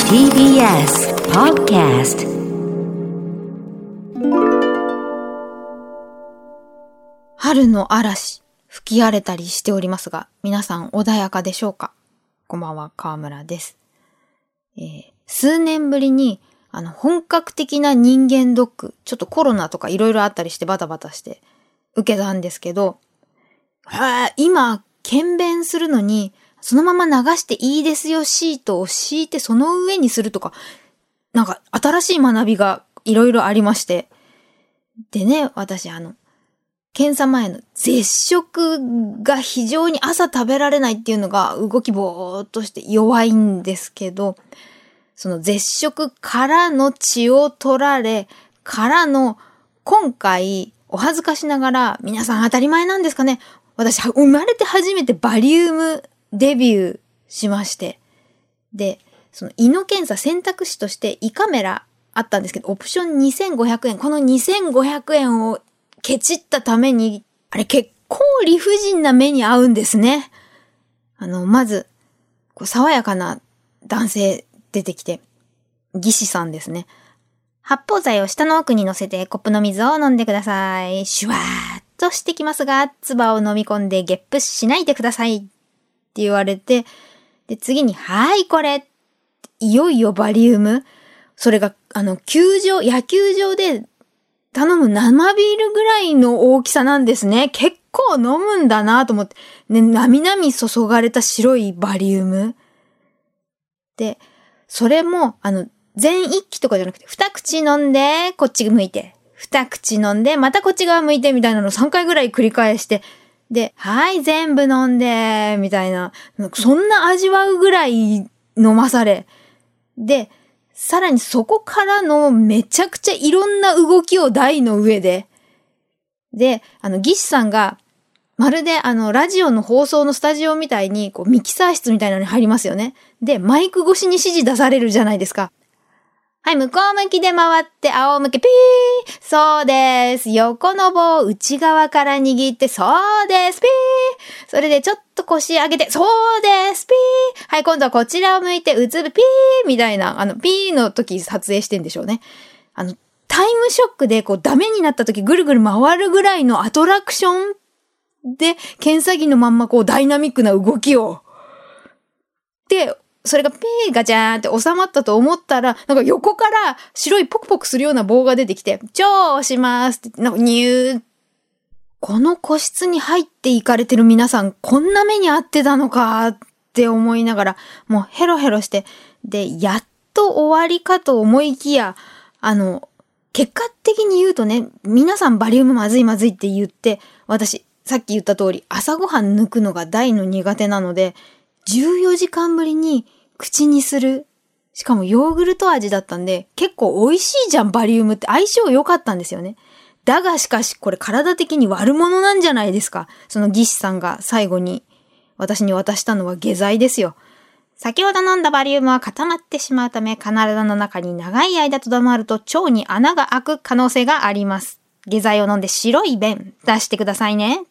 TBS Podcast。 春の嵐、吹き荒れたりしておりますが、皆さん穏やかでしょうか？こんばんは、川村です。数年ぶりに本格的な人間ドック、ちょっとコロナとかいろいろあったりしてバタバタして受けたんですけど、今検便するのにそのまま流していいですよシートを敷いてその上にするとか、なんか新しい学びがいろいろありまして、でね、私検査前の絶食が非常に朝食べられないっていうのが動きぼーっとして弱いんですけど、その絶食からの血を取られからの今回お恥ずかしながら、皆さん当たり前なんですかね、私生まれて初めてバリウムデビューしまして、でその胃の検査選択肢として胃カメラあったんですけど、オプション2500円、この2500円をケチったために、あれ結構理不尽な目に遭うんですね。まず爽やかな男性出てきて、技師さんですね。発泡剤を舌の奥に乗せてコップの水を飲んでください。シュワーっとしてきますが、唾を飲み込んでゲップしないでくださいって言われて、で次にはいこれ、いよいよバリウム、それが野球場で頼む生ビールぐらいの大きさなんですね。結構飲むんだなと思って、ね、なみなみ注がれた白いバリウムで、それも全一気とかじゃなくて、二口飲んでこっち向いて、二口飲んでまたこっち側向いてみたいなのを3回ぐらい繰り返して、ではい全部飲んでみたいな、そんな味わうぐらい飲まされ、でさらにそこからのめちゃくちゃいろんな動きを台の上で、で技師さんがまるでラジオの放送のスタジオみたいにミキサー室みたいなのに入りますよね。でマイク越しに指示出されるじゃないですか。はい、向こう向きで回って仰向けピー、そうです、横の棒を内側から握って、そうですピー、それでちょっと腰上げて、そうですピー、はい、今度はこちらを向いてうつぶピーみたいな、ピーの時撮影してんでしょうね。タイムショックでダメになった時ぐるぐる回るぐらいのアトラクションで検査着のまんまダイナミックな動きをで、それがピーガチャーンって収まったと思ったら、なんか横から白いポクポクするような棒が出てきて、超押しますって、なんかニュー。この個室に入っていかれてる皆さん、こんな目に遭ってたのかって思いながら、もうヘロヘロして、で、やっと終わりかと思いきや、結果的に言うとね、皆さんバリウムまずいまずいって言って、私、さっき言った通り、朝ごはん抜くのが大の苦手なので、14時間ぶりに口にする。しかもヨーグルト味だったんで、結構美味しいじゃん、バリウムって。相性良かったんですよね。だがしかし、これ体的に悪者なんじゃないですか。その技師さんが最後に私に渡したのは下剤ですよ。先ほど飲んだバリウムは固まってしまうため、体の中に長い間とどまると腸に穴が開く可能性があります。下剤を飲んで白い便出してくださいね。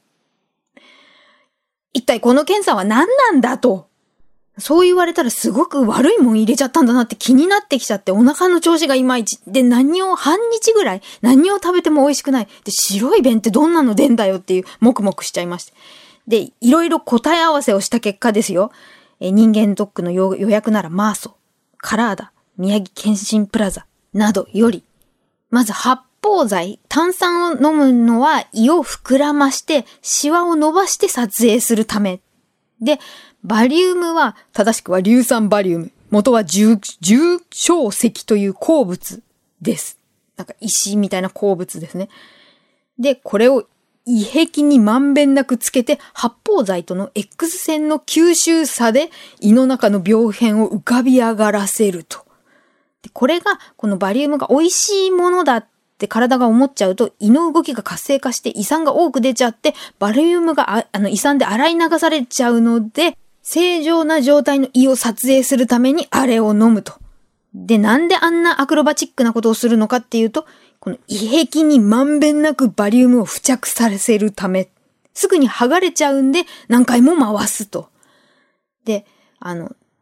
一体この検査は何なんだと。そう言われたらすごく悪いもん入れちゃったんだなって気になってきちゃって、お腹の調子がいまいち。で、半日ぐらい何を食べても美味しくない。で、白い便ってどんなの出んだよっていう、もくもくしちゃいまして。で、いろいろ答え合わせをした結果ですよ。人間ドックの予約ならマーソ、カラーダ、宮城健診プラザなどより、まず発泡剤、炭酸を飲むのは胃を膨らまして、シワを伸ばして撮影するため。で、バリウムは、正しくは硫酸バリウム。元は重晶石という鉱物です。なんか石みたいな鉱物ですね。で、これを胃壁にまんべんなくつけて、発泡剤との X 線の吸収差で胃の中の病変を浮かび上がらせると。で、これが、このバリウムが美味しいものだって体が思っちゃうと、胃の動きが活性化して胃酸が多く出ちゃって、バリウムが胃酸で洗い流されちゃうので、正常な状態の胃を撮影するためにあれを飲むと。で、なんであんなアクロバチックなことをするのかっていうと、この胃壁にまんべんなくバリウムを付着させるため。すぐに剥がれちゃうんで何回も回すと。で、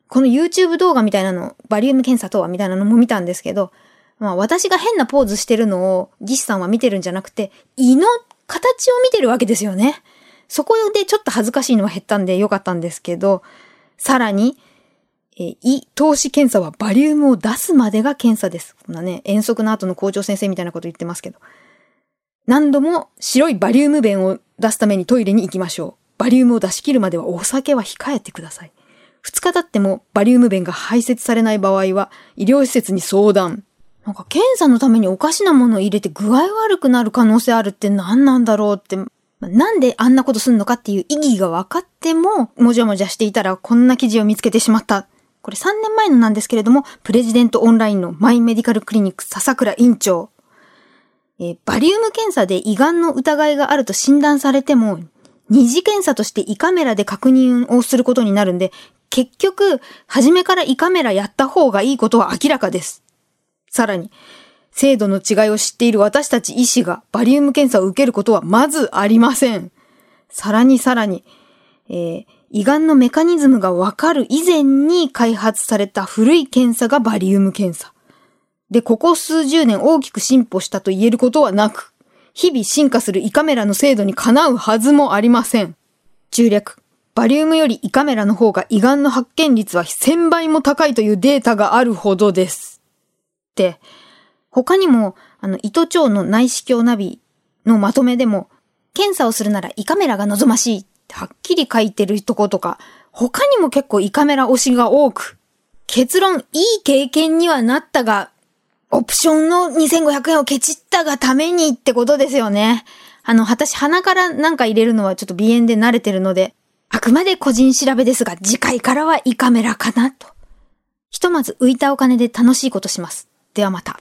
この YouTube 動画みたいなの、バリウム検査とはみたいなのも見たんですけど、私が変なポーズしてるのをギシさんは見てるんじゃなくて、胃の形を見てるわけですよね。そこでちょっと恥ずかしいのは減ったんでよかったんですけど、さらに、胃透視検査はバリウムを出すまでが検査です。こんなね、遠足の後の校長先生みたいなこと言ってますけど。何度も白いバリウム便を出すためにトイレに行きましょう。バリウムを出し切るまではお酒は控えてください。2日経ってもバリウム便が排泄されない場合は医療施設に相談。なんか検査のためにおかしなものを入れて具合悪くなる可能性あるって何なんだろうって、なんであんなことすんのかっていう意義が分かっても、もじゃもじゃしていたらこんな記事を見つけてしまった。これ3年前のなんですけれども、プレジデントオンラインのマイメディカルクリニック笹倉院長。バリウム検査で胃がんの疑いがあると診断されても、二次検査として胃カメラで確認をすることになるんで、結局、初めから胃カメラやった方がいいことは明らかです。さらに、制度の違いを知っている私たち医師がバリウム検査を受けることはまずありません。さらに、胃がんのメカニズムがわかる以前に開発された古い検査がバリウム検査。で、ここ数十年大きく進歩したと言えることはなく、日々進化する胃カメラの精度にかなうはずもありません。中略。バリウムより胃カメラの方が胃がんの発見率は1000倍も高いというデータがあるほどです。で、他にも、胃と腸の内視鏡ナビのまとめでも、検査をするなら胃カメラが望ましいってはっきり書いてるとことか、他にも結構胃カメラ推しが多く、結論、いい経験にはなったが、オプションの2500円をケチったがためにってことですよね。私鼻からなんか入れるのはちょっと鼻炎で慣れてるので、あくまで個人調べですが、次回からは胃カメラかなと。ひとまず浮いたお金で楽しいことします。ではまた。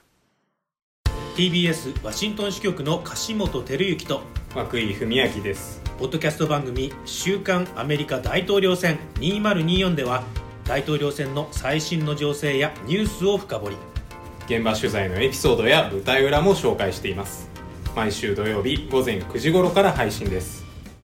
TBS ワシントン支局の樫本照之と涌井文明です。 ポッドキャスト番組週刊アメリカ大統領選2024では、大統領選の最新の情勢やニュースを深掘り、 現場取材のエピソードや舞台裏も紹介しています。毎週土曜日午前9時頃から配信です。